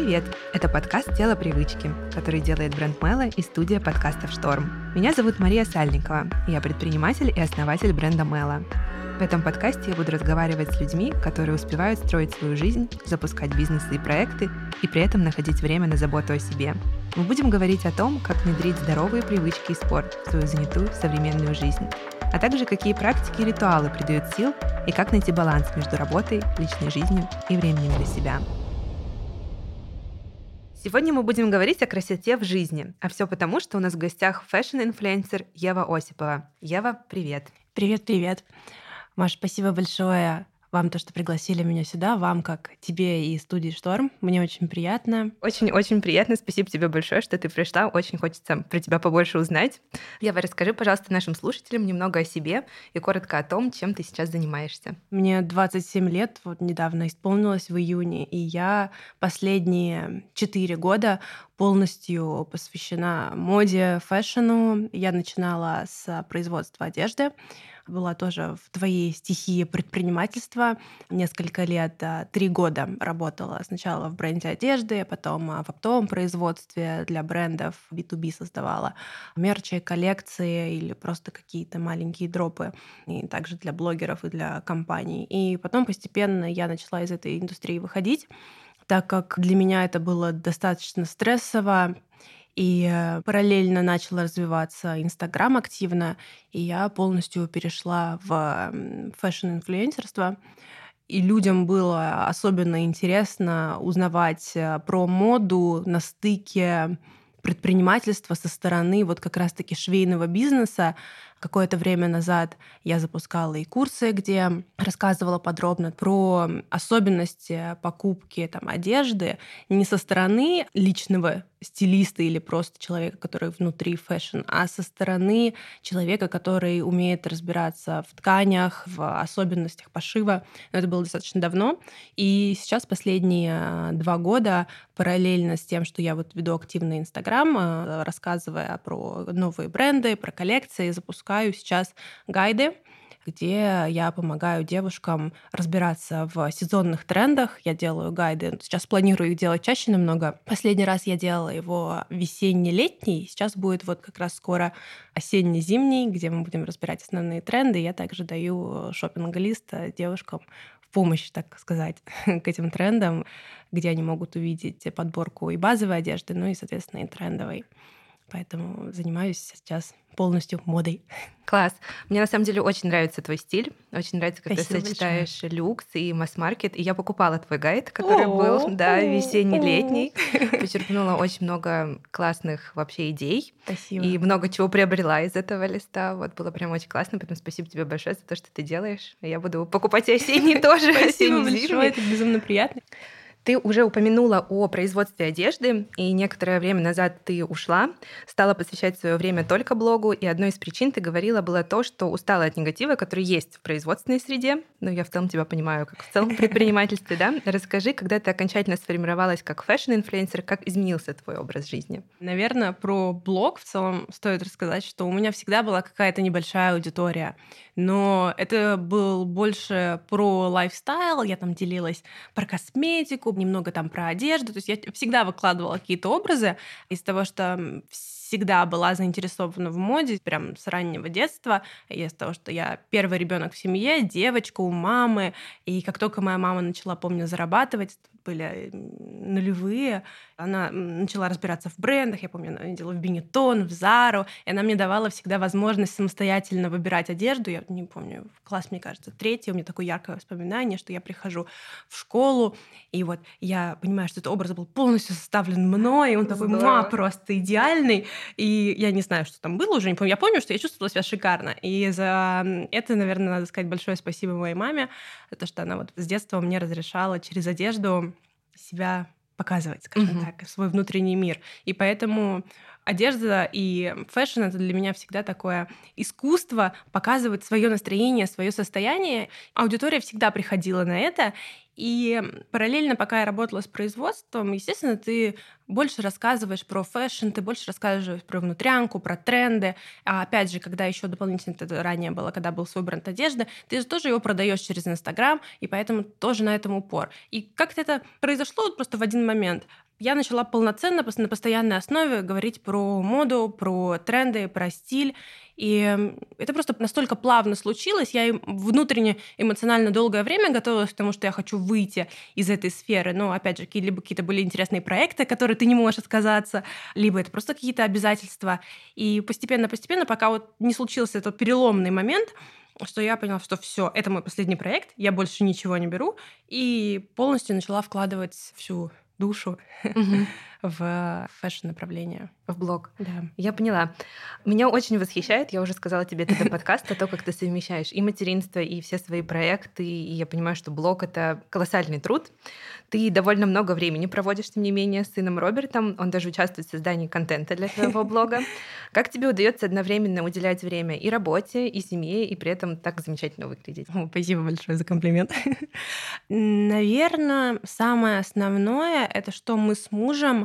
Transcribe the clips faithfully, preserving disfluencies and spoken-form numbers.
Привет! Это подкаст «Тело привычки», который делает бренд Мэла и студия подкастов «Шторм». Меня зовут Мария Сальникова, я предприниматель и основатель бренда Мэла. В этом подкасте я буду разговаривать с людьми, которые успевают строить свою жизнь, запускать бизнесы и проекты, и при этом находить время на заботу о себе. Мы будем говорить о том, как внедрить здоровые привычки и спорт в свою занятую современную жизнь, а также какие практики и ритуалы придают сил и как найти баланс между работой, личной жизнью и временем для себя. Сегодня мы будем говорить о красоте в жизни, а все потому, что у нас в гостях фэшн-инфлюенсер Ева Осипова. Ева, привет! Привет-привет! Маш, спасибо большое вам, то, что пригласили меня сюда, вам, как тебе и студии «Шторм». Мне очень приятно. Очень-очень приятно. Спасибо тебе большое, что ты пришла. Очень хочется про тебя побольше узнать. Ева, расскажи, пожалуйста, нашим слушателям немного о себе и коротко о том, чем ты сейчас занимаешься. Мне двадцать семь лет, вот недавно исполнилось в июне, и я последние четыре года полностью посвящена моде, фэшну. Я начинала с производства одежды, была тоже в твоей стихии предпринимательства. Несколько лет, три года работала сначала в бренде одежды, потом в оптовом производстве для брендов би ту би создавала мерчи, коллекции или просто какие-то маленькие дропы, и также для блогеров и для компаний. И потом постепенно я начала из этой индустрии выходить, так как для меня это было достаточно стрессово, и параллельно начал развиваться Инстаграм активно, и я полностью перешла в фэшн-инфлюенсерство. И людям было особенно интересно узнавать про моду на стыке предпринимательства со стороны вот как раз-таки швейного бизнеса. Какое-то время назад я запускала и курсы, где рассказывала подробно про особенности покупки там, одежды не со стороны личного стилиста или просто человека, который внутри фэшн, а со стороны человека, который умеет разбираться в тканях, в особенностях пошива. Но это было достаточно давно. И сейчас последние два года параллельно с тем, что я вот веду активный Инстаграм, рассказывая про новые бренды, про коллекции, запускаю сейчас гайды, где я помогаю девушкам разбираться в сезонных трендах. Я делаю гайды. Сейчас планирую их делать чаще намного. Последний раз я делала его весенне-летний. Сейчас будет вот как раз скоро осенне-зимний, где мы будем разбирать основные тренды. Я также даю шопинг-лист девушкам в помощь, так сказать, к этим трендам, где они могут увидеть подборку и базовой одежды, ну и, соответственно, и трендовой. Поэтому занимаюсь сейчас полностью модой. Класс. Мне на самом деле очень нравится твой стиль. Очень нравится, как Спасибо ты сочетаешь большое. люкс и масс-маркет. И я покупала твой гайд, который был, да, весенний-летний. Почерпнула очень много классных вообще идей. Спасибо. И много чего приобрела из этого листа. Вот было прям очень классно. Поэтому спасибо тебе большое за то, что ты делаешь. Я буду покупать и осенний тоже. Спасибо большое, это безумно приятно. Ты уже упомянула о производстве одежды, и некоторое время назад ты ушла, стала посвящать свое время только блогу, и одной из причин ты говорила было то, что устала от негатива, который есть в производственной среде. Ну, я в целом тебя понимаю, как в целом в предпринимательстве, да? Расскажи, когда ты окончательно сформировалась как фэшн-инфлюенсер, как изменился твой образ жизни? Наверное, про блог в целом стоит рассказать, что у меня всегда была какая-то небольшая аудитория, но это был больше про лайфстайл, я там делилась про косметику, немного там про одежду. То есть я всегда выкладывала какие-то образы из того, что всегда была заинтересована в моде, прям с раннего детства. Из того, что я первый ребенок в семье, девочка у мамы. И как только моя мама начала, помню, зарабатывать, были нулевые, она начала разбираться в брендах. Я помню, она видела в Бенетон, в Зару. И она мне давала всегда возможность самостоятельно выбирать одежду. Я не помню, в класс, мне кажется, третий. У меня такое яркое воспоминание, что я прихожу в школу, и вот я понимаю, что этот образ был полностью составлен мной, и он такой, ма, просто идеальный. И я не знаю, что там было уже, не помню. Я помню, что я чувствовала себя шикарно. И за это, наверное, надо сказать большое спасибо моей маме, за то, что она вот с детства мне разрешала через одежду себя показывать, скажем mm-hmm. так, свой внутренний мир. И поэтому одежда и фэшн — это для меня всегда такое искусство показывать свое настроение, свое состояние. Аудитория всегда приходила на это. И параллельно, пока я работала с производством, естественно, ты больше рассказываешь про фэшн, ты больше рассказываешь про внутрянку, про тренды. А опять же, когда еще дополнительно это ранее было, когда был свой бренд одежды, ты же тоже его продаешь через Инстаграм, и поэтому тоже на этом упор. И как-то это произошло вот просто в один момент. я начала полноценно, на постоянной основе говорить про моду, про тренды, про стиль. И это просто настолько плавно случилось. Я внутренне эмоционально долгое время готовилась к тому, что я хочу выйти из этой сферы. Но, опять же, либо какие-то были интересные проекты, которые ты не можешь отказаться, либо это просто какие-то обязательства. И постепенно-постепенно, пока вот не случился этот переломный момент, что я поняла, что все, это мой последний проект, я больше ничего не беру, и полностью начала вкладывать всю душу Мгм. в фэшн-направление. В блог. Да. Я поняла. Меня очень восхищает, я уже сказала тебе это до подкаста, то, как ты совмещаешь и материнство, и все свои проекты, и я понимаю, что блог — это колоссальный труд. Ты довольно много времени проводишь, тем не менее, с сыном Робертом, он даже участвует в создании контента для твоего блога. Как тебе удается одновременно уделять время и работе, и семье, и при этом так замечательно выглядеть? О, спасибо большое за комплимент. Наверное, самое основное — это что мы с мужем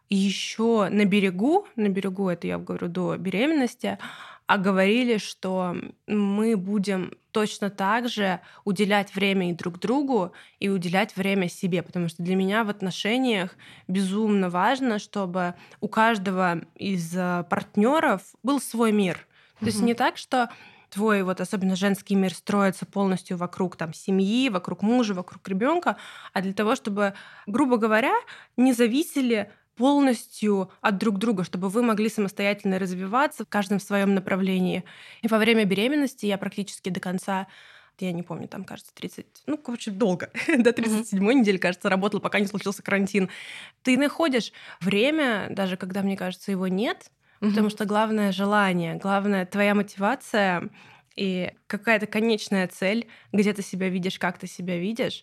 еще на берегу, на берегу, это я говорю до беременности, а говорили, что мы будем точно так же уделять время и друг другу, и уделять время себе, потому что для меня в отношениях безумно важно, чтобы у каждого из партнеров был свой мир. То есть Мгм. не так, что твой вот особенно женский мир строится полностью вокруг там семьи, вокруг мужа, вокруг ребенка, а для того, чтобы, грубо говоря, не зависели полностью от друг друга, чтобы вы могли самостоятельно развиваться, в каждом в своем направлении. И во время беременности я практически до конца, я не помню, там, кажется, тридцать, ну, короче, долго, до тридцать седьмой недели, кажется, работала, пока не случился карантин. Ты находишь время, даже когда, мне кажется, его нет, потому Мгм. что главное желание, главное твоя мотивация и какая-то конечная цель, где ты себя видишь, как ты себя видишь,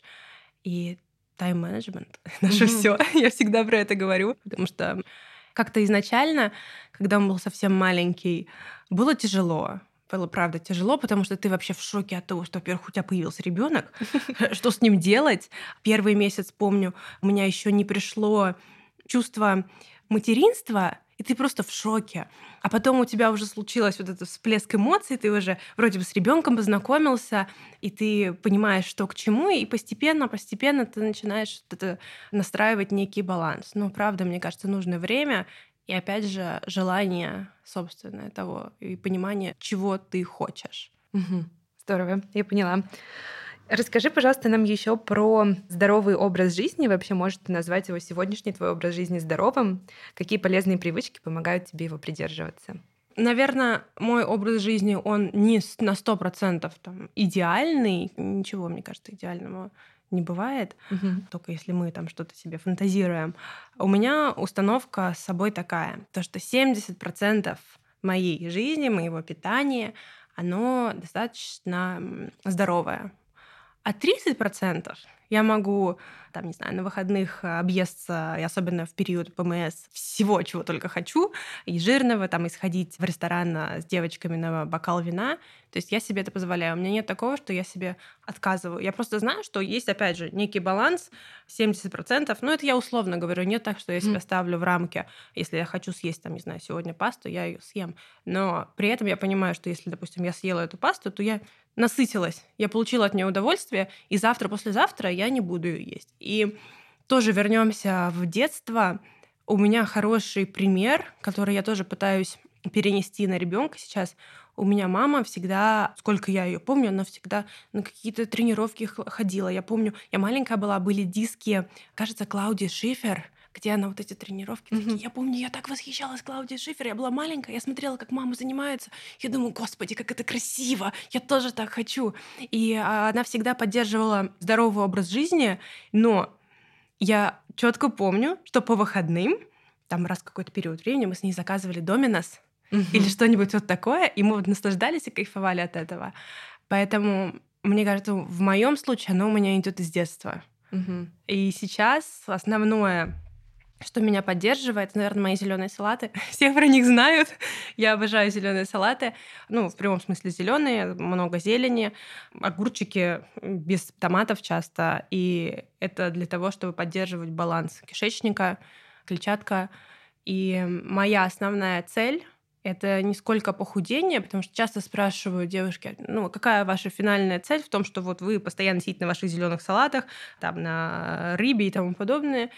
и тайм-менеджмент — наше Мгм. все. Я всегда про это говорю, потому что как-то изначально, когда он был совсем маленький, было тяжело. Было, правда, тяжело, потому что ты вообще в шоке от того, что, во-первых, у тебя появился ребенок, что с ним делать. Первый месяц, помню, у меня еще не пришло чувство материнства, и ты просто в шоке. А потом у тебя уже случилось вот этот всплеск эмоций, ты уже вроде бы с ребенком познакомился, и ты понимаешь, что к чему, и постепенно, постепенно ты начинаешь вот это настраивать некий баланс. Но, правда, мне кажется, нужно время и, опять же, желание собственное того и понимание, чего ты хочешь. Мгм. Здорово, я поняла. Расскажи, пожалуйста, нам еще про здоровый образ жизни. Вообще, может назвать его сегодняшний твой образ жизни здоровым? Какие полезные привычки помогают тебе его придерживаться? Наверное, мой образ жизни, он не с- на сто процентов там идеальный. Ничего, мне кажется, идеального не бывает, Мгм. только если мы там что-то себе фантазируем. У меня установка с собой такая, то что семьдесят процентов моей жизни, моего питания, оно достаточно м, здоровое. А тридцать процентов я могу, там, не знаю, на выходных а, объесться, и особенно в период ПМС, всего, чего только хочу, и жирного, там, и сходить в ресторан а, с девочками на бокал вина. То есть я себе это позволяю. У меня нет такого, что я себе отказываю. Я просто знаю, что есть, опять же, некий баланс, семьдесят процентов. Ну, это я условно говорю. Нет так, что я себя Мгм. ставлю в рамки. Если я хочу съесть, там, не знаю, сегодня пасту, я ее съем. Но при этом я понимаю, что если, допустим, я съела эту пасту, то я насытилась, я получила от нее удовольствие, и завтра, послезавтра я не буду ее есть. И тоже вернемся в детство. У меня хороший пример, который я тоже пытаюсь перенести на ребенка сейчас. У меня мама всегда, сколько я ее помню, она всегда на какие-то тренировки х- ходила. Я помню, я маленькая была, были диски, кажется, Клаудии Шифер, где она вот эти тренировки Мгм. такие. Я помню, я так восхищалась Клаудией Шифер. Я была маленькая, я смотрела, как мама занимается. Я думаю, господи, как это красиво. Я тоже так хочу. И а, она всегда поддерживала здоровый образ жизни, но я четко помню, что по выходным, там раз в какой-то период времени мы с ней заказывали доминос или Мгм. что-нибудь вот такое, и мы вот наслаждались и кайфовали от этого. Поэтому, мне кажется, в моем случае оно у меня идет из детства. Мгм. И сейчас основное, что меня поддерживает, наверное, мои зеленые салаты. Все про них знают. Я обожаю зеленые салаты. Ну, в прямом смысле зеленые, много зелени, огурчики без томатов часто. И это для того, чтобы поддерживать баланс кишечника, клетчатка. И моя основная цель — это не сколько похудение, потому что часто спрашивают девушки, ну, какая ваша финальная цель в том, что вот вы постоянно сидите на ваших зеленых салатах, там, на рыбе и тому подобное.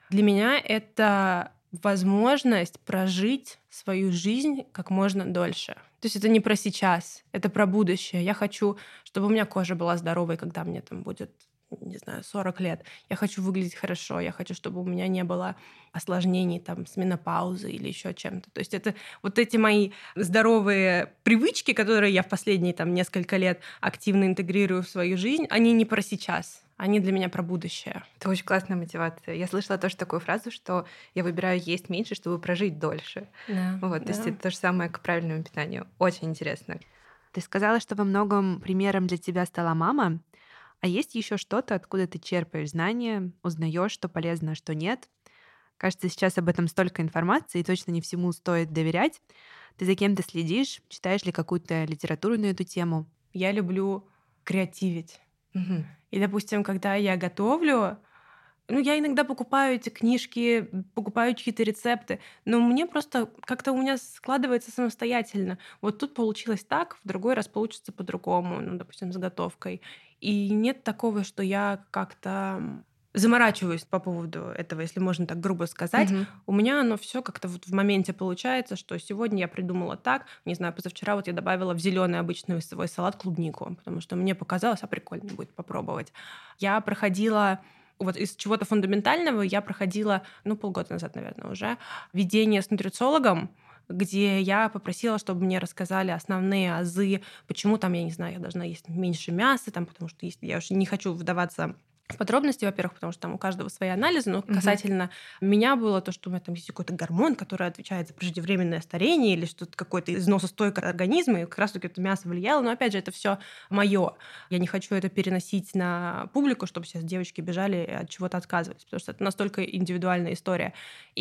Для меня это возможность прожить свою жизнь как можно дольше. То есть это не про сейчас, это про будущее. Я хочу, чтобы у меня кожа была здоровой, когда мне там будет, не знаю, сорок лет. Я хочу выглядеть хорошо, я хочу, чтобы у меня не было осложнений там с менопаузой или еще чем-то. То есть это вот эти мои здоровые привычки, которые я в последние там несколько лет активно интегрирую в свою жизнь, они не про сейчас. Они для меня про будущее. Это очень классная мотивация. Я слышала тоже такую фразу, что я выбираю есть меньше, чтобы прожить дольше. Да, вот, да. То есть это то же самое к правильному питанию. Очень интересно. Ты сказала, что во многом примером для тебя стала мама. А есть еще что-то, откуда ты черпаешь знания, узнаешь, что полезно, а что нет? Кажется, сейчас об этом столько информации, и точно не всему стоит доверять. Ты за кем-то следишь? Читаешь ли какую-то литературу на эту тему? Я люблю креативить. Угу. И, допустим, когда я готовлю, ну, я иногда покупаю эти книжки, покупаю чьи-то рецепты, но мне просто как-то у меня складывается самостоятельно. Вот тут получилось так, в другой раз получится по-другому, ну, допустим, с готовкой. И нет такого, что я как-то заморачиваюсь по поводу этого, если можно так грубо сказать. Угу. У меня оно все как-то вот в моменте получается, что сегодня я придумала так, не знаю, позавчера вот я добавила в зеленый обычный свой салат клубнику, потому что мне показалось, а прикольно будет попробовать. Я проходила вот из чего-то фундаментального, я проходила, ну, полгода назад, наверное, уже, ведение с нутрициологом, где я попросила, чтобы мне рассказали основные азы, почему там, я не знаю, я должна есть меньше мяса, там, потому что есть, я уже не хочу вдаваться в подробности, во-первых, потому что там у каждого свои анализы, но касательно uh-huh. меня было то, что у меня там есть какой-то гормон, который отвечает за преждевременное старение или что-то какое-то износостойкое организма, и как раз-таки это мясо влияло. Но опять же, это все мое. Я не хочу это переносить на публику, чтобы сейчас девочки бежали и от чего-то отказывались, потому что это настолько индивидуальная история.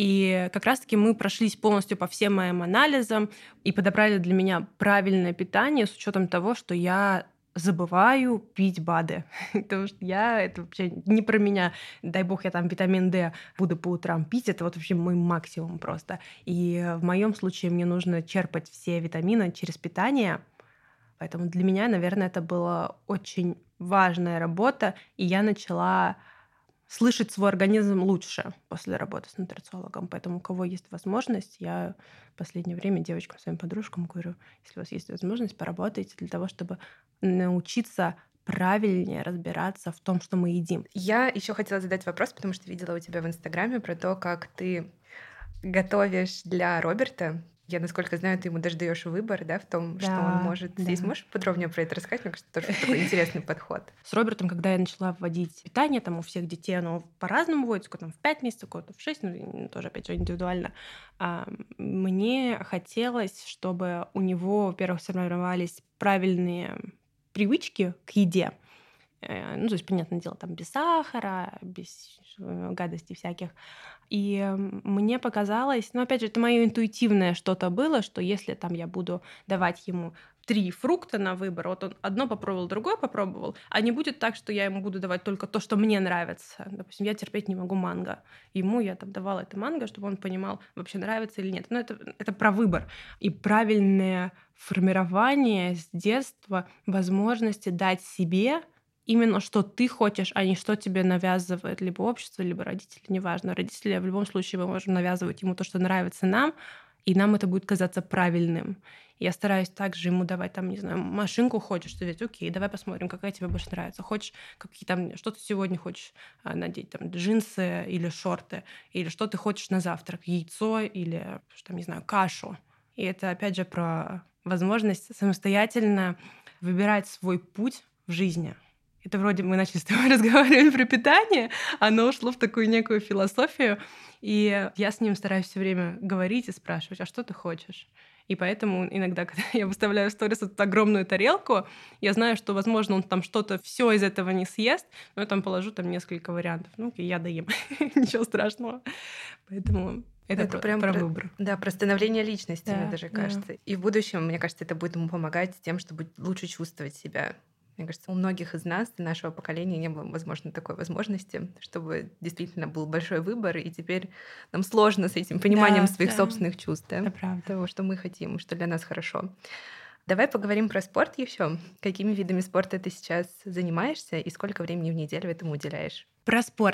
И как раз-таки мы прошлись полностью по всем моим анализам и подобрали для меня правильное питание с учетом того, что я забываю пить БАДы, потому что я, это вообще не про меня. Дай бог, я там витамин D буду по утрам пить, это вот вообще мой максимум просто. И в моем случае мне нужно черпать все витамины через питание, поэтому для меня, наверное, это была очень важная работа, и я начала слышать свой организм лучше после работы с нутрициологом. Поэтому у кого есть возможность, я в последнее время девочкам, своим подружкам говорю, если у вас есть возможность, поработайте для того, чтобы научиться правильнее разбираться в том, что мы едим. Я еще хотела задать вопрос, потому что видела у тебя в Инстаграме про то, как ты готовишь для Роберта. Я, насколько знаю, ты ему даже даешь выбор, да, в том, Да, что он может да. съесть. Можешь подробнее про это рассказать? Мне кажется, тоже такой интересный подход. С Робертом, когда я начала вводить питание, там у всех детей оно по-разному вводится, кто-то в пять месяцев, кто-то в шесть, ну, тоже, опять же, индивидуально. А, мне хотелось, чтобы у него, во-первых, сформировались правильные привычки к еде. Ну, то есть, понятное дело, там без сахара, без гадостей всяких. И мне показалось, ну, опять же, это мое интуитивное что-то было, что если там я буду давать ему три фрукта на выбор, вот он одно попробовал, другое попробовал, а не будет так, что я ему буду давать только то, что мне нравится. Допустим, я терпеть не могу манго. Ему я там давала это манго, чтобы он понимал, вообще нравится или нет. Но это, это про выбор. И правильное формирование с детства возможности дать себе именно что ты хочешь, а не что тебе навязывает либо общество, либо родители, неважно. Родители, в любом случае, мы можем навязывать ему то, что нравится нам, и нам это будет казаться правильным. Я стараюсь также ему давать, там, не знаю, машинку хочешь, что ведь окей, давай посмотрим, какая тебе больше нравится. Хочешь, какие там, что ты сегодня хочешь а, надеть, там, джинсы или шорты, или что ты хочешь на завтрак, яйцо или, там, не знаю, кашу. И это, опять же, про возможность самостоятельно выбирать свой путь в жизни. Это вроде мы начали с тобой разговаривать про питание, оно ушло в такую некую философию, и я с ним стараюсь все время говорить и спрашивать, а что ты хочешь? И поэтому иногда, когда я выставляю в сторис эту огромную тарелку, я знаю, что, возможно, он там что-то все из этого не съест, но я там положу там несколько вариантов. Ну, окей, я доем, ничего страшного. Поэтому это, это про, прям про выбор. Да, про становление личности, да, мне даже кажется. Да. И в будущем, мне кажется, это будет ему помогать тем, чтобы лучше чувствовать себя. Мне кажется, у многих из нас, нашего поколения, не было, возможно, такой возможности, чтобы действительно был большой выбор, и теперь нам сложно с этим пониманием да, своих да. собственных чувств, да? Это правда. Того, что мы хотим, что для нас хорошо. Давай поговорим про спорт еще. Какими видами спорта ты сейчас занимаешься и сколько времени в неделю этому уделяешь? Про спорт.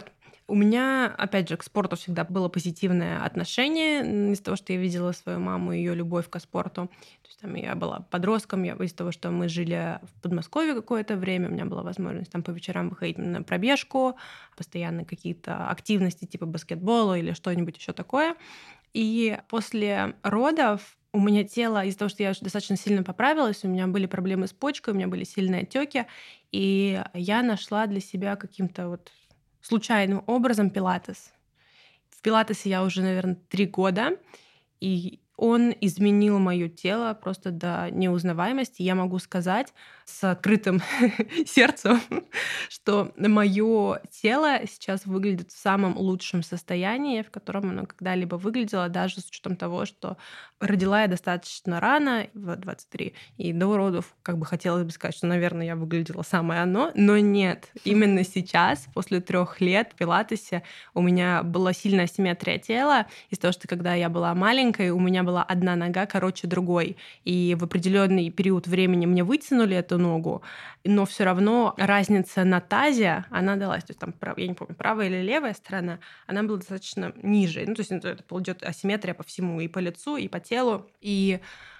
У меня, опять же, к спорту всегда было позитивное отношение м, из-за того, что я видела свою маму и ее любовь к спорту. То есть там я была подростком, я, из-за того, что мы жили в Подмосковье какое-то время, у меня была возможность там по вечерам выходить на пробежку, постоянно какие-то активности типа баскетбола или что-нибудь еще такое. И после родов у меня тело, из-за того, что я уже достаточно сильно поправилась, у меня были проблемы с почкой, у меня были сильные отеки, и я нашла для себя каким-то вот случайным образом пилатес. В пилатесе я уже, наверное, три года, и он изменил моё тело просто до неузнаваемости. Я могу сказать с открытым сердцем, что моё тело сейчас выглядит в самом лучшем состоянии, в котором оно когда-либо выглядело, даже с учетом того, что родила я достаточно рано, в двадцать три, и до родов как бы хотелось бы сказать, что, наверное, я выглядела самое оно, но нет. Именно сейчас, после трех лет в пилатесе, у меня была сильная асимметрия тела из-за того, что когда я была маленькой, у меня была одна нога короче другой, и в определенный период времени мне вытянули эту ногу, но все равно разница на тазе, она далась. То есть там, я не помню, правая или левая сторона, она была достаточно ниже. Ну, то есть это идет асимметрия по всему, и по лицу, и по телу. И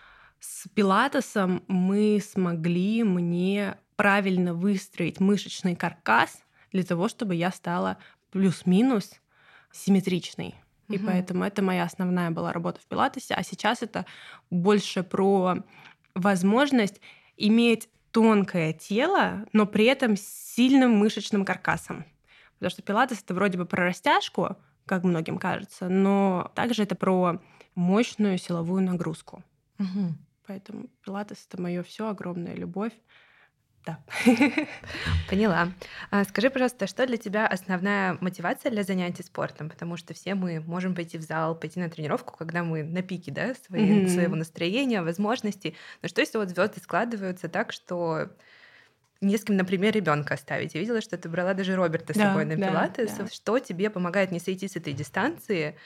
с пилатесом мы смогли мне правильно выстроить мышечный каркас для того, чтобы я стала плюс-минус симметричной. И Мгм. поэтому это моя основная была работа в пилатесе. А сейчас это больше про возможность иметь тонкое тело, но при этом с сильным мышечным каркасом. Потому что пилатес — это вроде бы про растяжку, как многим кажется, но также это про мощную силовую нагрузку. Мгм. Поэтому пилатес — это моё всё, огромная любовь. Да. Поняла. А скажи, пожалуйста, что для тебя основная мотивация для занятий спортом? Потому что все мы можем пойти в зал, пойти на тренировку, когда мы на пике, да, своей своего Мгм. настроения, возможностей. Но что если вот звезды складываются так, что не с кем, например, ребенка оставить? Я видела, что ты брала даже Роберта с собой Да, на да, пилатес. да. Что тебе помогает не сойти с этой дистанции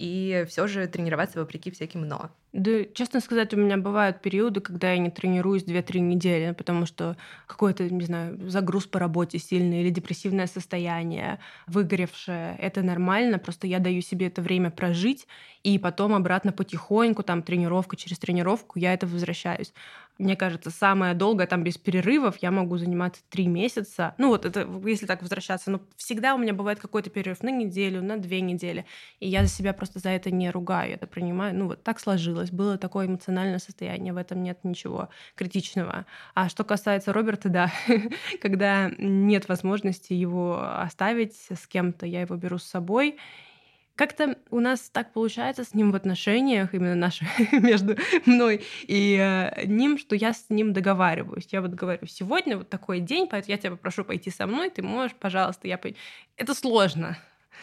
и все же тренироваться вопреки всяким «но»? Да, честно сказать, у меня бывают периоды, когда я не тренируюсь две-три недели, потому что какой-то, не знаю, загруз по работе сильный или депрессивное состояние, выгоревшее. Это нормально, просто я даю себе это время прожить, и потом обратно потихоньку, там, тренировка через тренировку, я это возвращаюсь. Мне кажется, самое долгое, там, без перерывов, я могу заниматься три месяца. Ну, вот это, если так возвращаться. Но всегда у меня бывает какой-то перерыв на неделю, на две недели. И я за себя просто за это не ругаю, я это принимаю. Ну, вот так сложилось. Было такое эмоциональное состояние, в этом нет ничего критичного. А что касается Роберта, да, когда нет возможности его оставить с кем-то, я его беру с собой. Как-то у нас так получается с ним в отношениях, именно наших, между мной и э, ним, что я с ним договариваюсь. Я вот говорю, сегодня вот такой день, поэтому я тебя попрошу пойти со мной, ты можешь, пожалуйста, я пой-». Это сложно.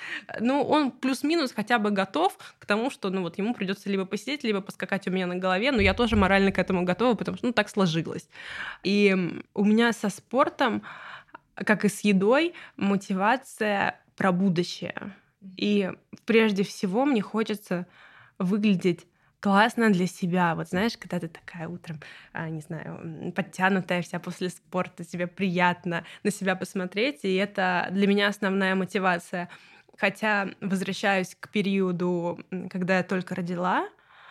Ну, он плюс-минус хотя бы готов к тому, что ну, вот ему придется либо посидеть, либо поскакать у меня на голове, но я тоже морально к этому готова, потому что ну, так сложилось. И м, у меня со спортом, как и с едой, мотивация про будущее. И прежде всего мне хочется выглядеть классно для себя. Вот знаешь, когда ты такая утром, а, не знаю, м, подтянутая вся после спорта, тебе приятно на себя посмотреть, и это для меня основная мотивация. Хотя возвращаюсь к периоду, м, когда я только родила,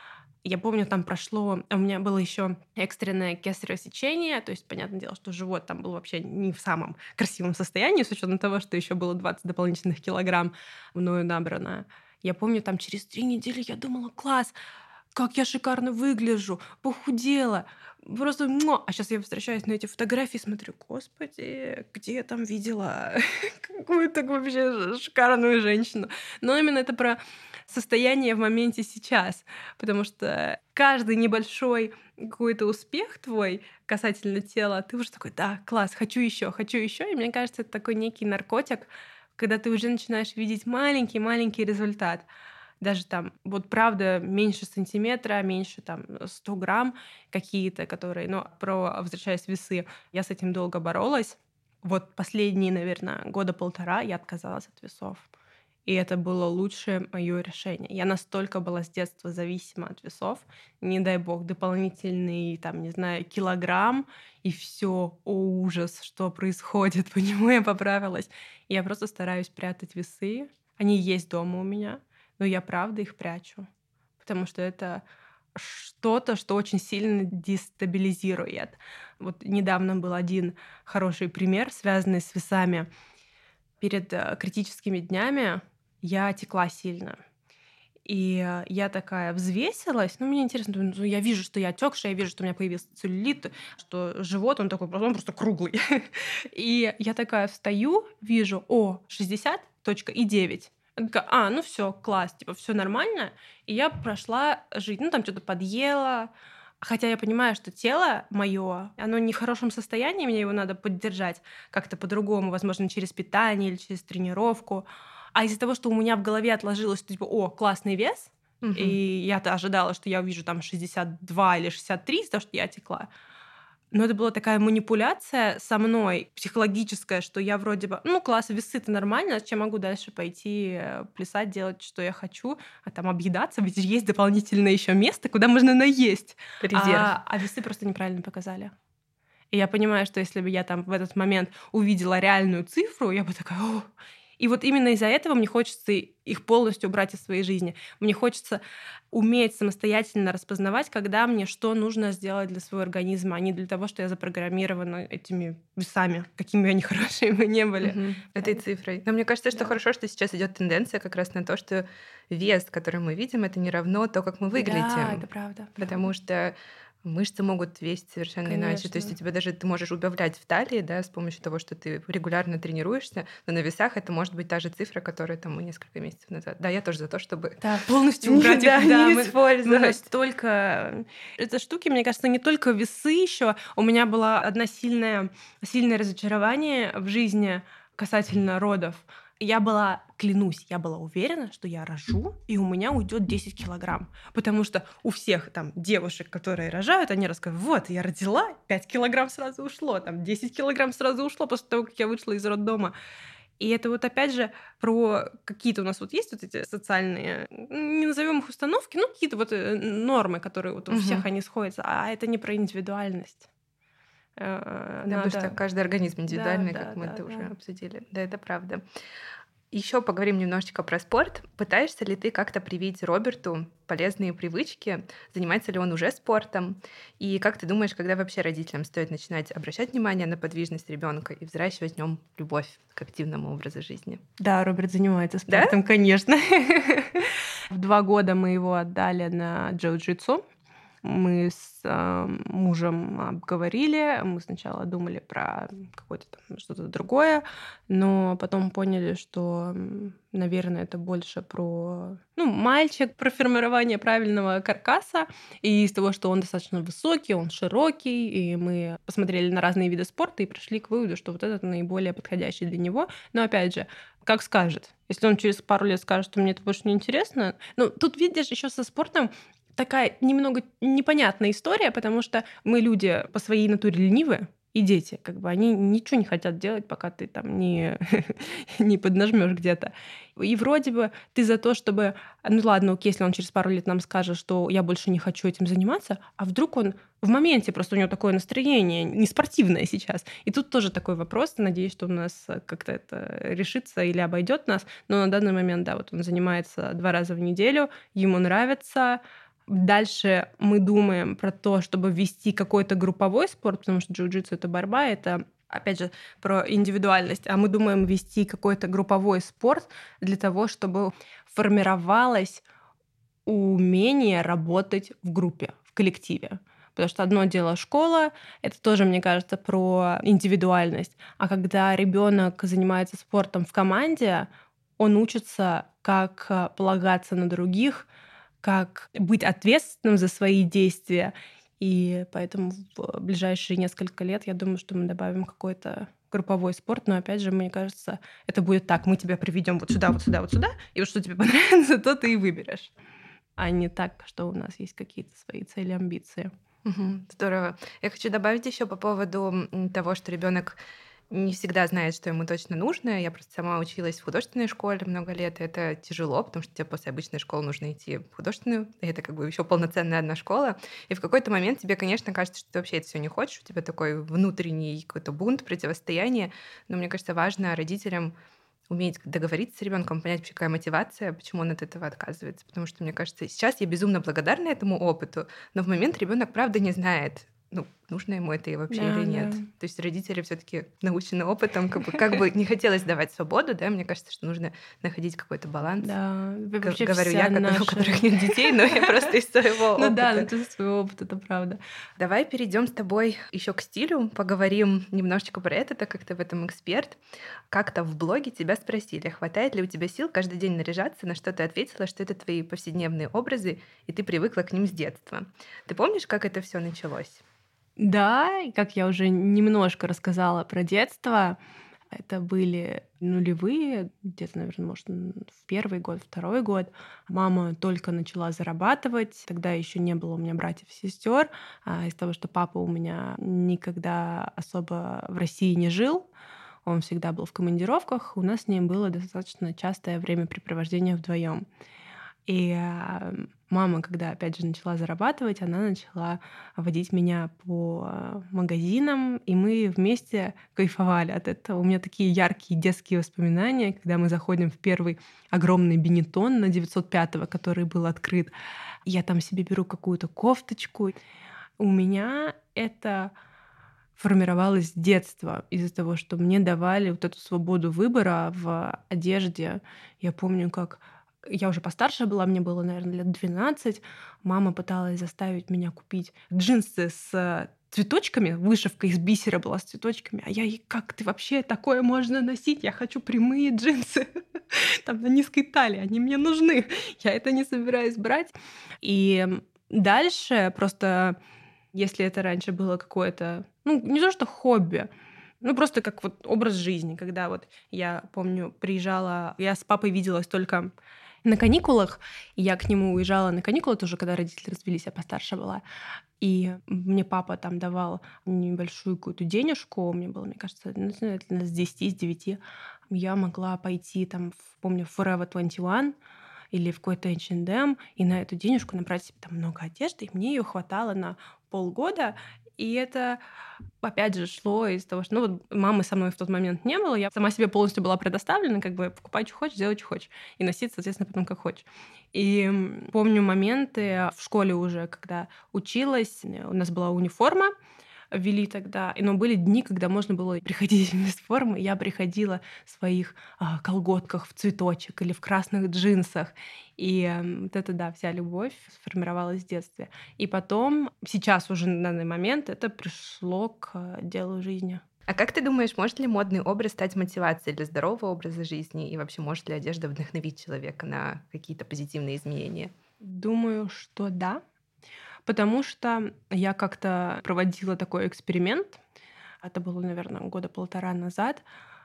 я помню, там прошло, у меня было еще экстренное кесарево сечение, то есть, понятное дело, что живот там был вообще не в самом красивом состоянии, с учетом того, что еще было двадцать дополнительных килограмм мною набрано. Я помню, там через три недели я думала, класс, как я шикарно выгляжу, похудела, просто муа. А сейчас я возвращаюсь на эти фотографии и смотрю, господи, где я там видела какую-то вообще шикарную женщину. Но именно это про состояние в моменте сейчас, потому что каждый небольшой какой-то успех твой касательно тела, ты уже такой, да, класс, хочу еще, хочу еще. И мне кажется, это такой некий наркотик, когда ты уже начинаешь видеть маленький-маленький результат. Даже там, вот правда, меньше сантиметра, меньше там сто грамм какие-то, которые, ну, про, возвращаясь в весы, я с этим долго боролась. Вот последние, наверное, года полтора я отказалась от весов. И это было лучшее мое решение. Я настолько была с детства зависима от весов. Не дай бог, дополнительный, там, не знаю, килограмм, и все, о ужас, что происходит, почему я поправилась. И я просто стараюсь прятать весы. Они есть дома у меня, но я правда их прячу, потому что это что-то, что очень сильно дестабилизирует. Вот недавно был один хороший пример, связанный с весами. Перед э, критическими днями я текла сильно. И э, я такая взвесилась. Ну, мне интересно, думаю, ну, я вижу, что я отекшая, я вижу, что у меня появился целлюлит, что живот, он такой, он просто круглый. И я такая встаю, вижу, о, шестьдесят точка и девять. Я такая, а, ну все, класс, типа, все нормально. И я прошла жить. Ну, там что-то подъела. Хотя я понимаю, что тело мое, оно не в хорошем состоянии, мне его надо поддержать как-то по-другому, возможно, через питание или через тренировку. А из-за того, что у меня в голове отложилось, что типа, о, классный вес, и Мгм. я-то ожидала, что я увижу там шестьдесят два или шестьдесят три из-за того, что я текла. Но это была такая манипуляция со мной психологическая, что я вроде бы, ну, класс, весы-то нормально, зачем могу дальше пойти э, плясать, делать, что я хочу, а там объедаться, ведь есть дополнительное еще место, куда можно наесть. Резерв. А, а весы просто неправильно показали. И я понимаю, что если бы я там в этот момент увидела реальную цифру, я бы такая, о. И вот именно из-за этого мне хочется их полностью убрать из своей жизни. Мне хочется уметь самостоятельно распознавать, когда мне что нужно сделать для своего организма, а не для того, что я запрограммирована этими весами, какими они хорошие бы не были. Мгм. Этой Да. цифрой. Но мне кажется, что Да. хорошо, что сейчас идет тенденция как раз на то, что вес, который мы видим, это не равно то, как мы Да, это выглядим. правда. Потому что мышцы могут весить совершенно иначе. То есть у Конечно. тебя даже ты можешь убавлять в талии, да, с помощью того, что ты регулярно тренируешься, но на весах это может быть та же цифра, которая там мы несколько месяцев назад. Да, я тоже за то, чтобы Да, полностью не, убрать да, их. Да, не мы, мы использовать. настолько... Это штуки, мне кажется, не только весы еще. У меня была одна сильная, сильное разочарование в жизни касательно родов. Я была, клянусь, я была уверена, что я рожу, и у меня уйдет десять килограмм. Потому что у всех там девушек, которые рожают, они рассказывают, вот, я родила, пять килограмм сразу ушло, там десять килограмм сразу ушло после того, как я вышла из роддома. И это вот опять же про какие-то у нас вот есть вот эти социальные, не назовем их установки, ну какие-то вот э, нормы, которые вот у всех Мгм. они сходятся, а это не про индивидуальность. Э, Да, потому что Надо, каждый организм да, индивидуальный, да, как мы да, это уже да. обсудили. Да, это правда. Еще поговорим немножечко про спорт. Пытаешься ли ты как-то привить Роберту полезные привычки? Занимается ли он уже спортом? И как ты думаешь, когда вообще родителям стоит начинать обращать внимание на подвижность ребенка и взращивать в нем любовь к активному образу жизни? Да, Роберт занимается Да? спортом, конечно. В два года мы его отдали на джиу-джитсу. Мы с а, мужем обговорили. Мы сначала думали про какое-то там что-то другое, но потом поняли, что, м, наверное, это больше про, ну, мальчик, про формирование правильного каркаса. И из того, что он достаточно высокий, он широкий, и мы посмотрели на разные виды спорта и пришли к выводу, что вот этот наиболее подходящий для него. Но опять же, как скажет. Если он через пару лет скажет, что мне это больше не интересно. Ну, тут, видишь, еще со спортом такая немного непонятная история, потому что мы люди по своей натуре ленивые, и дети, как бы они ничего не хотят делать, пока ты там не, не поднажмешь где-то. И вроде бы ты за то, чтобы... Ну ладно, окей, если он через пару лет нам скажет, что я больше не хочу этим заниматься, а вдруг он в моменте, просто у него такое настроение, не спортивное сейчас. И тут тоже такой вопрос. Надеюсь, что у нас как-то это решится или обойдет нас. Но на данный момент, да, вот он занимается два раза в неделю, ему нравится. Дальше мы думаем про то, чтобы ввести какой-то групповой спорт, потому что джиу-джитсу — это борьба, это, опять же, про индивидуальность. А мы думаем ввести какой-то групповой спорт для того, чтобы формировалось умение работать в группе, в коллективе. Потому что одно дело школа, это тоже, мне кажется, про индивидуальность. А когда ребенок занимается спортом в команде, он учится, как э, полагаться на других, как быть ответственным за свои действия. И поэтому в ближайшие несколько лет я думаю, что мы добавим какой-то групповой спорт, но опять же, мне кажется, это будет так: мы тебя приведем вот сюда, вот сюда, вот сюда, и вот что тебе понравится, то ты и выберешь, а не так, что у нас есть какие-то свои цели, амбиции. Мгм. Здорово. Я хочу добавить еще по поводу м, того, что ребенок не всегда знает, что ему точно нужно. Я просто сама училась в художественной школе много лет, и это тяжело, потому что тебе после обычной школы нужно идти в художественную, и это как бы еще полноценная одна школа. И в какой-то момент тебе, конечно, кажется, что ты вообще это все не хочешь, у тебя такой внутренний какой-то бунт, противостояние. Но мне кажется, важно родителям уметь договориться с ребенком, понять вообще, какая мотивация, почему он от этого отказывается. Потому что, мне кажется, сейчас я безумно благодарна этому опыту, но в момент ребенок правда не знает, ну, нужно ему это и вообще Да, или нет. да. То есть родители все таки научены опытом, как бы, как бы не хотелось давать свободу, да, мне кажется, что нужно находить какой-то баланс. Да, в Г- вообще говорю вся я, которая- у наша которых нет детей, но я просто из своего Ну да, ну опыта. ты за свой опыт, это правда. Давай перейдем с тобой еще к стилю, поговорим немножечко про это, так как ты в этом эксперт. Как-то в блоге тебя спросили, хватает ли у тебя сил каждый день наряжаться, на что ты ответила, что это твои повседневные образы, и ты привыкла к ним с детства. Ты помнишь, как это все началось? Да, и как я уже немножко рассказала про детство, это были нулевые, где-то, наверное, может, м, в первый год, второй год. Мама только начала зарабатывать, тогда еще не было у меня братьев и сестер. А из того, что папа у меня никогда особо в России не жил, он всегда был в командировках, у нас с ним было достаточно частое времяпрепровождение вдвоем. И а, мама, когда опять же начала зарабатывать, она начала водить меня по а, магазинам, и мы вместе кайфовали от этого. У меня такие яркие детские воспоминания, когда мы заходим в первый огромный Бенетон на девятьсот пятого, который был открыт. Я там себе беру какую-то кофточку. У меня это формировалось с детства из-за того, что мне давали вот эту свободу выбора в одежде. Я помню, как я уже постарше была, мне было, наверное, лет двенадцать. Мама пыталась заставить меня купить джинсы с цветочками, вышивка из бисера была с цветочками, а я ей: как ты вообще такое можно носить? Я хочу прямые джинсы там на низкой талии, они мне нужны. Я это не собираюсь брать. И дальше просто, если это раньше было какое-то, ну, не то что хобби, ну, просто как вот образ жизни, когда вот я помню, приезжала, я с папой виделась только на каникулах, и я к нему уезжала на каникулы тоже, когда родители развелись, я постарше была. И мне папа там давал небольшую какую-то денежку, мне было, мне кажется, ну, не знаю, лет с десяти, с девяти. Я могла пойти там, в- помню, в Forever двадцать один или в какой-то эйч энд эм, и на эту денежку набрать себе там много одежды, и мне ее хватало на полгода. И это, опять же, шло из того, что, ну, вот мамы со мной в тот момент не было, я сама себе полностью была предоставлена, как бы покупай, что хочешь, делай, что хочешь, и носить, соответственно, потом как хочешь. И м, помню моменты в школе уже, когда училась, э, у нас была униформа, ввели тогда, и, но были дни, когда можно было приходить без формы. Я приходила в своих а, колготках в цветочек или в красных джинсах. И м, вот это, да, вся любовь сформировалась в детстве. И потом, сейчас уже на данный момент, это пришло к э, делу жизни. А как ты думаешь, может ли модный образ стать мотивацией для здорового образа жизни? И вообще, может ли одежда вдохновить человека на какие-то позитивные изменения? Думаю, что да, потому что я как-то проводила такой эксперимент. Это было, наверное, года полтора назад.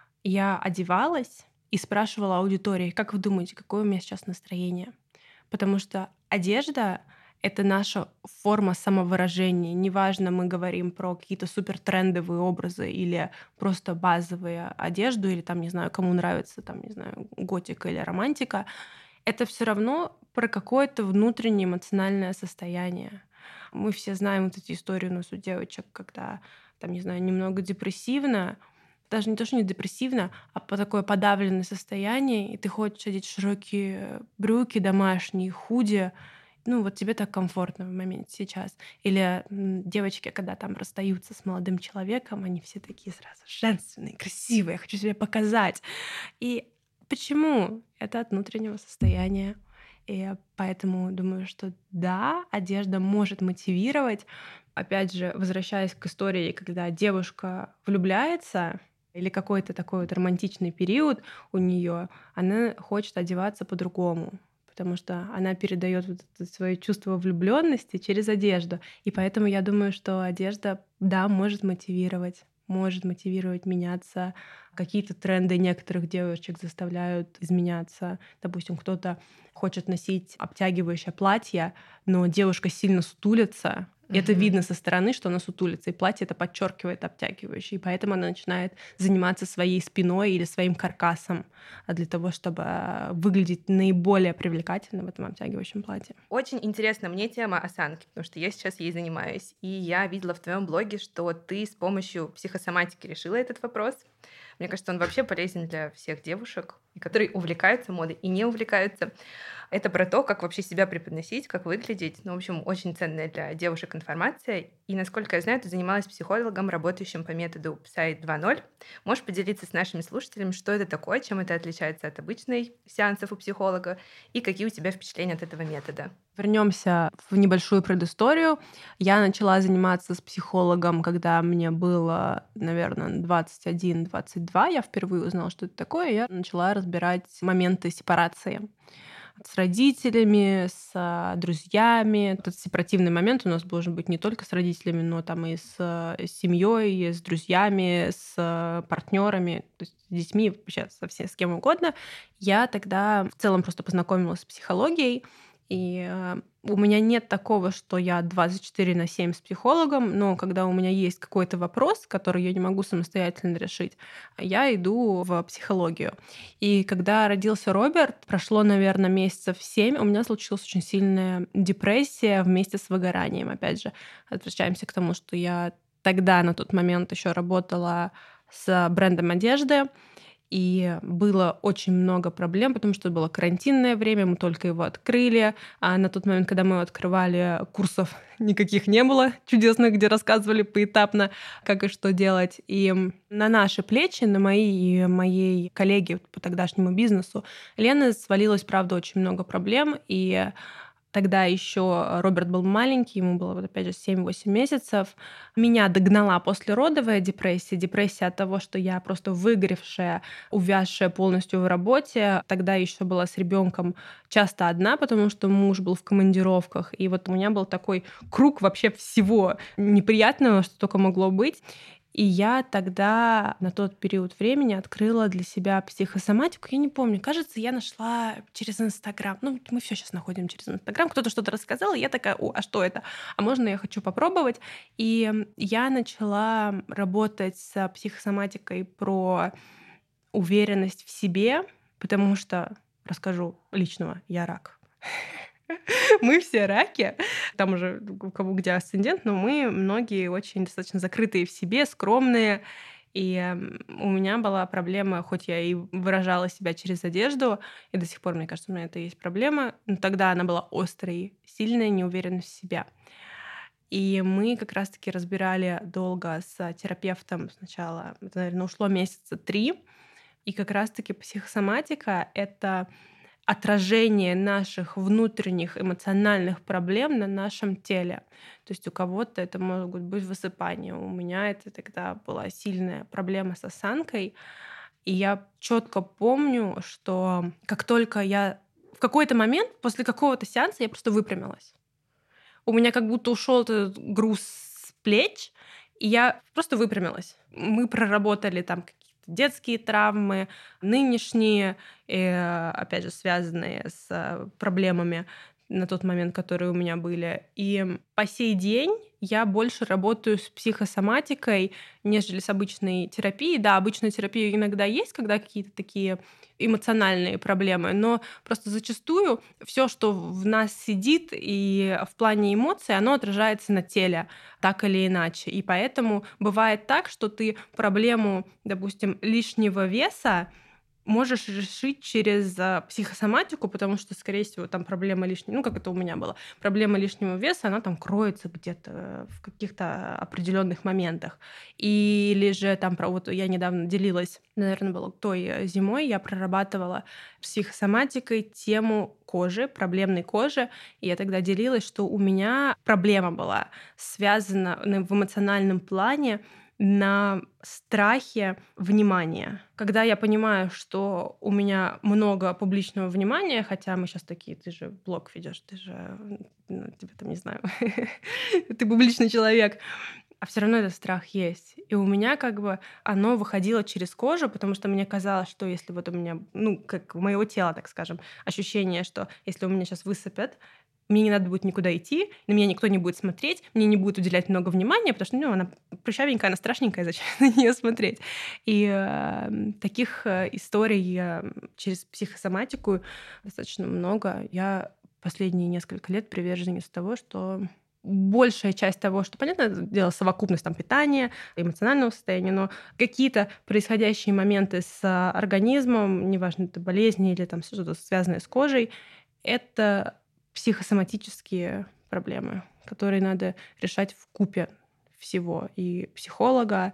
Я одевалась и спрашивала аудитории: как вы думаете, какое у меня сейчас настроение? Потому что одежда — это наша форма самовыражения. Неважно, мы говорим про какие-то супертрендовые образы или просто базовые одежду, или там, не знаю, кому нравится, там, не знаю, готика или романтика. Это все равно про какое-то внутреннее эмоциональное состояние. Мы все знаем вот эти истории у нас у девочек, когда там, не знаю, немного депрессивно, даже не то, что не депрессивно, а по такое подавленное состояние, и ты хочешь одеть широкие брюки домашние, худи. Ну, вот тебе так комфортно в моменте сейчас. Или м, девочки, когда там расстаются с молодым человеком, они все такие сразу женственные, красивые, я хочу себя показать. И почему? Это от внутреннего состояния. И поэтому думаю, что да, одежда может мотивировать. Опять же, возвращаясь к истории, когда девушка влюбляется, или какой-то такой вот романтичный период у нее, она хочет одеваться по-другому, потому что она передает вот это свое чувство влюбленности через одежду. И поэтому я думаю, что одежда, да, может мотивировать может мотивировать меняться. Какие-то тренды некоторых девочек заставляют изменяться. Допустим, кто-то хочет носить обтягивающее платье, но девушка сильно сутулится, И это Мгм. видно со стороны, что она сутулится, и платье это подчеркивает обтягивающе. И поэтому она начинает заниматься своей спиной или своим каркасом а, для того, чтобы а, выглядеть наиболее привлекательно в этом обтягивающем платье. Очень интересна мне тема осанки, потому что я сейчас ей занимаюсь. И я видела в твоем блоге, что ты с помощью психосоматики решила этот вопрос. Мне кажется, он вообще полезен для всех девушек, и которые увлекаются модой и не увлекаются. Это про то, как вообще себя преподносить, как выглядеть. Ну, в общем, очень ценная для девушек информация. И, насколько я знаю, ты занималась психологом, работающим по методу Psy два ноль. Можешь поделиться с нашими слушателями, что это такое, чем это отличается от обычных сеансов у психолога, и какие у тебя впечатления от этого метода? Вернемся в небольшую предысторию. Я начала заниматься с психологом, когда мне было, наверное, двадцать один двадцать два. Я впервые узнала, что это такое. Я начала разбирать моменты сепарации с родителями, с а, друзьями. Этот сепаративный момент у нас должен быть не только с родителями, но там и с, э, с семьей, и с друзьями, с партнерами, то есть с детьми, вообще со всем, с кем угодно. Я тогда в целом просто познакомилась с психологией, и э, у меня нет такого, что я двадцать четыре на семь с психологом, но когда у меня есть какой-то вопрос, который я не могу самостоятельно решить, я иду в психологию. И когда родился Роберт, прошло, наверное, месяцев семь, у меня случилась очень сильная депрессия вместе с выгоранием. Опять же, возвращаемся к тому, что я тогда на тот момент еще работала с брендом одежды, и было очень много проблем, потому что было карантинное время, мы только его открыли. А на тот момент, когда мы его открывали, курсов никаких не было чудесных, где рассказывали поэтапно, как и что делать. И на наши плечи, на мои и моей коллеги по тогдашнему бизнесу, Лены свалилось, правда, очень много проблем. И тогда еще Роберт был маленький, ему было, вот опять же, семь-восемь месяцев. Меня догнала послеродовая депрессия. Депрессия от того, что я просто выгоревшая, увязшая полностью в работе. Тогда еще была с ребенком часто одна, потому что муж был в командировках. И вот у меня был такой круг вообще всего неприятного, что только могло быть. И я тогда на тот период времени открыла для себя психосоматику. Я не помню, кажется, я нашла через Инстаграм. Ну, мы все сейчас находим через Инстаграм. Кто-то что-то рассказал, и я такая: о, а что это? А можно я хочу попробовать? И я начала работать с психосоматикой про уверенность в себе, потому что, расскажу личного, я рак. Мы все раки, там уже у кого где асцендент, но мы многие очень достаточно закрытые в себе, скромные. И м, у меня была проблема, хоть я и выражала себя через одежду, и до сих пор, мне кажется, у меня это есть проблема, но тогда она была острой, сильная неуверенность в себе. И мы как раз-таки разбирали долго с терапевтом сначала, это, наверное, ушло месяца три, и как раз-таки психосоматика — это отражение наших внутренних эмоциональных проблем на нашем теле. То есть у кого-то это могут быть высыпания. У меня это тогда была сильная проблема с осанкой. И я четко помню, что как только я в какой-то момент после какого-то сеанса я просто выпрямилась. У меня как будто ушел этот груз с плеч, и я просто выпрямилась. Мы проработали там какие-то детские травмы, нынешние, э, опять же, связанные с э, проблемами на тот момент, которые у меня были. И по сей день я больше работаю с психосоматикой, нежели с обычной терапией. Да, обычная терапия иногда есть, когда какие-то такие эмоциональные проблемы, но просто зачастую все, что в нас сидит и в плане эмоций, оно отражается на теле так или иначе. И поэтому бывает так, что ты проблему, допустим, лишнего веса можешь решить через а, психосоматику, потому что, скорее всего, там проблема лишнего, ну, как это у меня было, проблема лишнего веса, она там кроется где-то в каких-то определенных моментах. Или же там, про- вот я недавно делилась, наверное, было той э, зимой, я прорабатывала психосоматикой тему кожи, проблемной кожи, и я тогда делилась, что у меня проблема была связана ну, в эмоциональном плане на страхе внимания. Когда я понимаю, что у меня много публичного внимания, хотя мы сейчас такие, ты же блог ведешь, ты же, ну, тебя там не знаю, ты публичный человек, а все равно этот страх есть. И у меня как бы оно выходило через кожу, потому что мне казалось, что если вот у меня, ну, как у моего тела, так скажем, ощущение, что если у меня сейчас высыпят, мне не надо будет никуда идти, на меня никто не будет смотреть, мне не будет уделять много внимания, потому что, ну, она прыщавенькая, она страшненькая, зачем на нее смотреть? И э, таких э, историй э, через психосоматику достаточно много. Я последние несколько лет приверженец того, что большая часть того, что, понятное дело, совокупность там, питания, эмоционального состояния, но какие-то происходящие моменты с организмом, неважно, это болезни или там что-то связанное с кожей, это психосоматические проблемы, которые надо решать вкупе всего. И психолога,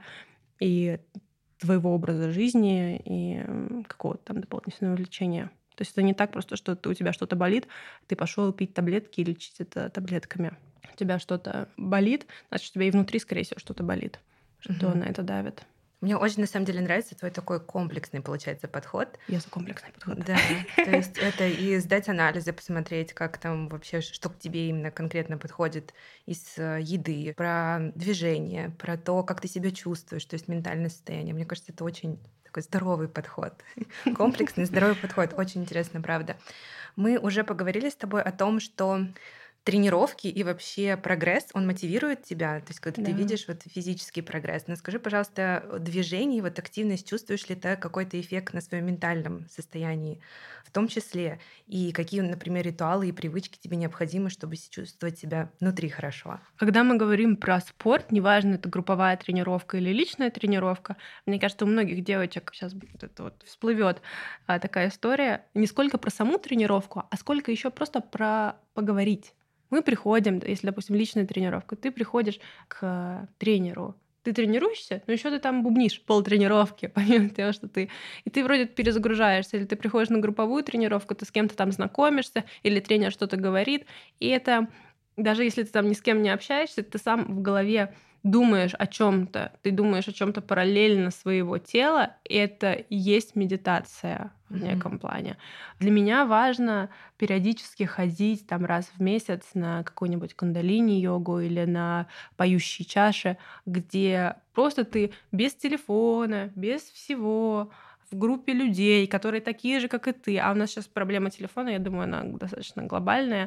и твоего образа жизни, и какого-то там дополнительного лечения. То есть это не так просто, что у тебя что-то болит, ты пошел пить таблетки и лечить это таблетками. У тебя что-то болит, значит, у тебя и внутри, скорее всего, что-то болит, что Мгм. на это давит. Мне очень, на самом деле, нравится твой такой комплексный, получается, подход. Я за комплексный подход. Да, то есть это и сдать анализы, посмотреть, как там вообще, что к тебе именно конкретно подходит из э, еды, про движение, про то, как ты себя чувствуешь, то есть ментальное состояние. Мне кажется, это очень такой здоровый подход. Комплексный, здоровый подход. Очень интересно, правда. Мы уже поговорили с тобой о том, что тренировки и вообще прогресс, он мотивирует тебя, то есть когда ты Да. видишь вот физический прогресс. Но скажи, пожалуйста, движение, вот активность, чувствуешь ли ты какой-то эффект на своем ментальном состоянии в том числе? И какие, например, ритуалы и привычки тебе необходимы, чтобы с- чувствовать себя внутри хорошо? Когда мы говорим про спорт, неважно, это групповая тренировка или личная тренировка, мне кажется, у многих девочек сейчас вот это вот всплывет а, такая история не сколько про саму тренировку, а сколько еще просто про поговорить. Мы приходим, да, если, допустим, личная тренировка, ты приходишь к тренеру, ты тренируешься, но еще ты там бубнишь полтренировки, помимо того, что ты... И ты вроде перезагружаешься, или ты приходишь на групповую тренировку, ты с кем-то там знакомишься, или тренер что-то говорит, и это даже если ты там ни с кем не общаешься, ты сам в голове думаешь о чем-то, ты думаешь о чем-то параллельно своего тела, и это и есть медитация в Мгм. неком плане. Для меня важно периодически ходить там раз в месяц на какую-нибудь кундалини-йогу или на поющие чаши, где просто ты без телефона, без всего, в группе людей, которые такие же, как и ты. А у нас сейчас проблема телефона, я думаю, она достаточно глобальная.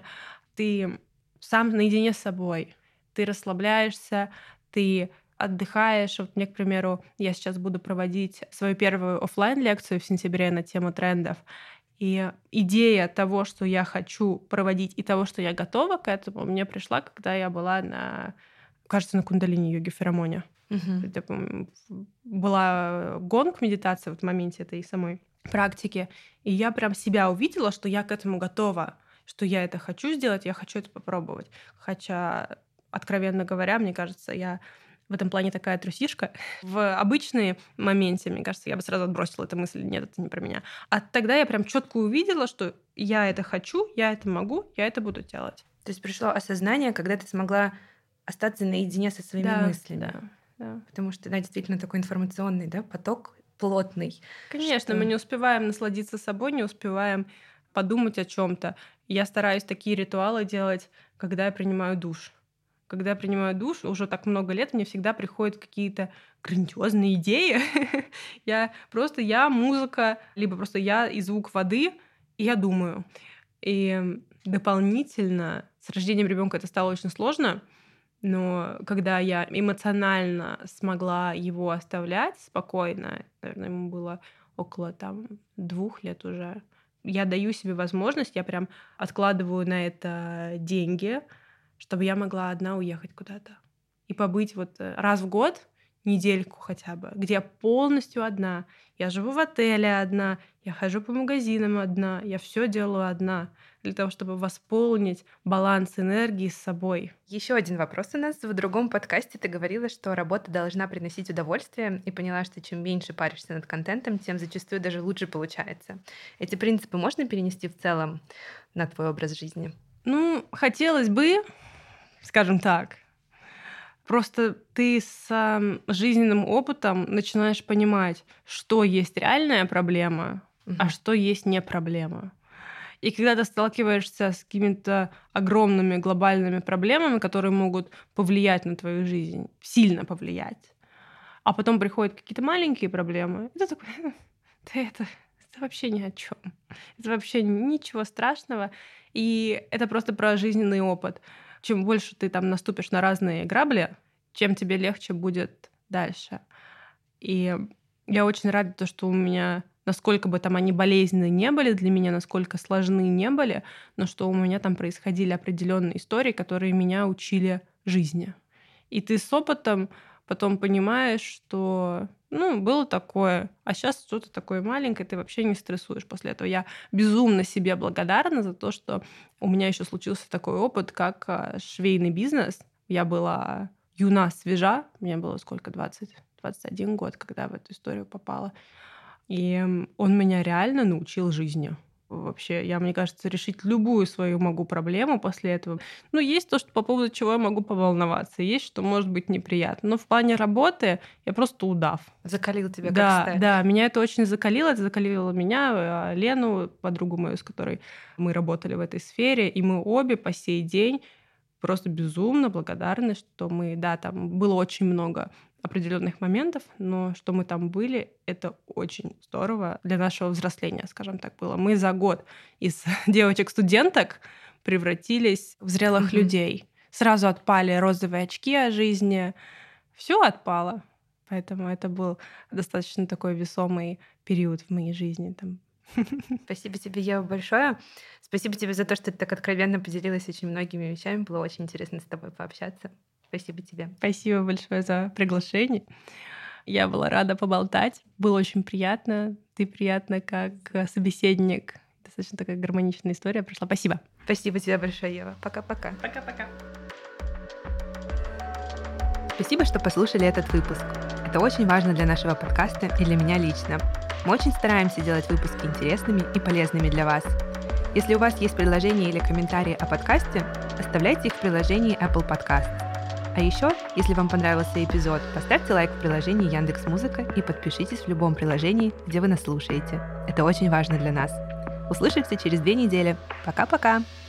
Ты сам наедине с собой. Ты расслабляешься, ты отдыхаешь. Вот мне, к примеру, я сейчас буду проводить свою первую оффлайн лекцию в сентябре на тему трендов. И идея того, что я хочу проводить, и того, что я готова к этому, мне пришла, когда я была на, кажется, на кундалини-йоге в Феромоне. Мгм. Это, м, была гонг медитации вот в моменте этой самой практики, и я прям себя увидела, что я к этому готова, что я это хочу сделать, я хочу это попробовать. Хотя, откровенно говоря, мне кажется, я в этом плане такая трусишка. В обычные моменте, мне кажется, я бы сразу отбросила эту мысль, нет, это не про меня. А тогда я прям четко увидела, что я это хочу, я это могу, я это буду делать. То есть пришло осознание, когда ты смогла остаться наедине со своими Да, мыслями. да, да. Потому что, да, действительно такой информационный, да, поток плотный. Конечно, что- мы не успеваем насладиться собой, не успеваем подумать о чем-то. Я стараюсь такие ритуалы делать, когда я принимаю душ. Когда я принимаю душ, уже так много лет, мне всегда приходят какие-то грандиозные идеи. Я просто я, музыка, либо просто я и звук воды, и я думаю. И дополнительно с рождением ребенка это стало очень сложно, но когда я эмоционально смогла его оставлять спокойно, наверное, ему было около там двух лет уже, я даю себе возможность, я прям откладываю на это деньги, чтобы я могла одна уехать куда-то и побыть вот э, раз в год, недельку хотя бы, где я полностью одна. Я живу в отеле одна, я хожу по магазинам одна, я все делаю одна для того, чтобы восполнить баланс энергии с собой. Еще один вопрос у нас. В другом подкасте ты говорила, что работа должна приносить удовольствие, и поняла, что чем меньше паришься над контентом, тем зачастую даже лучше получается. Эти принципы можно перенести в целом на твой образ жизни? Ну, хотелось бы, скажем так, просто ты с ам, жизненным опытом начинаешь понимать, что есть реальная проблема, а Мгм. что есть не проблема. И когда ты сталкиваешься с какими-то огромными глобальными проблемами, которые могут повлиять на твою жизнь, сильно повлиять, а потом приходят какие-то маленькие проблемы, и ты такой, да это, это вообще ни о чем. Это вообще ничего страшного. И это просто про жизненный опыт. Чем больше ты там наступишь на разные грабли, чем тебе легче будет дальше. И я очень рада, то, что у меня, насколько бы там они болезненные не были для меня, насколько сложны не были, но что у меня там происходили определенные истории, которые меня учили жизни. И ты с опытом потом понимаешь, что ну, было такое, а сейчас что-то такое маленькое, ты вообще не стрессуешь после этого. Я безумно себе благодарна за то, что у меня еще случился такой опыт, как швейный бизнес. Я была юна, свежа, мне было сколько, двадцать, двадцать один год, когда в эту историю попала. И он меня реально научил жизни. Вообще, я, мне кажется, решить любую свою могу проблему после этого. Ну, есть то, что по поводу чего я могу поволноваться, есть, что может быть неприятно. Но в плане работы я просто удав. Закалил тебя да, как сталь. Да, меня это очень закалило. Это закалило меня, Лену, подругу мою, с которой мы работали в этой сфере. И мы обе по сей день просто безумно благодарны, что мы, да, там было очень много определенных моментов, но что мы там были, это очень здорово для нашего взросления, скажем так, было. Мы за год из девочек-студенток превратились в зрелых mm-hmm. людей. Сразу отпали розовые очки о жизни. Все отпало. Поэтому это был достаточно такой весомый период в моей жизни. Там. Спасибо тебе, Ева, большое. Спасибо тебе за то, что ты так откровенно поделилась очень многими вещами. Было очень интересно с тобой пообщаться. Спасибо тебе. Спасибо большое за приглашение. Я была рада поболтать. Было очень приятно. Ты приятна как собеседник. Достаточно такая гармоничная история прошла. Спасибо. Спасибо тебе большое, Ева. Пока-пока. Пока-пока. Спасибо, что послушали этот выпуск. Это очень важно для нашего подкаста и для меня лично. Мы очень стараемся делать выпуски интересными и полезными для вас. Если у вас есть предложения или комментарии о подкасте, оставляйте их в приложении Apple Podcasts. А еще, если вам понравился эпизод, поставьте лайк в приложении Яндекс.Музыка и подпишитесь в любом приложении, где вы нас слушаете. Это очень важно для нас. Услышимся через две недели. Пока-пока!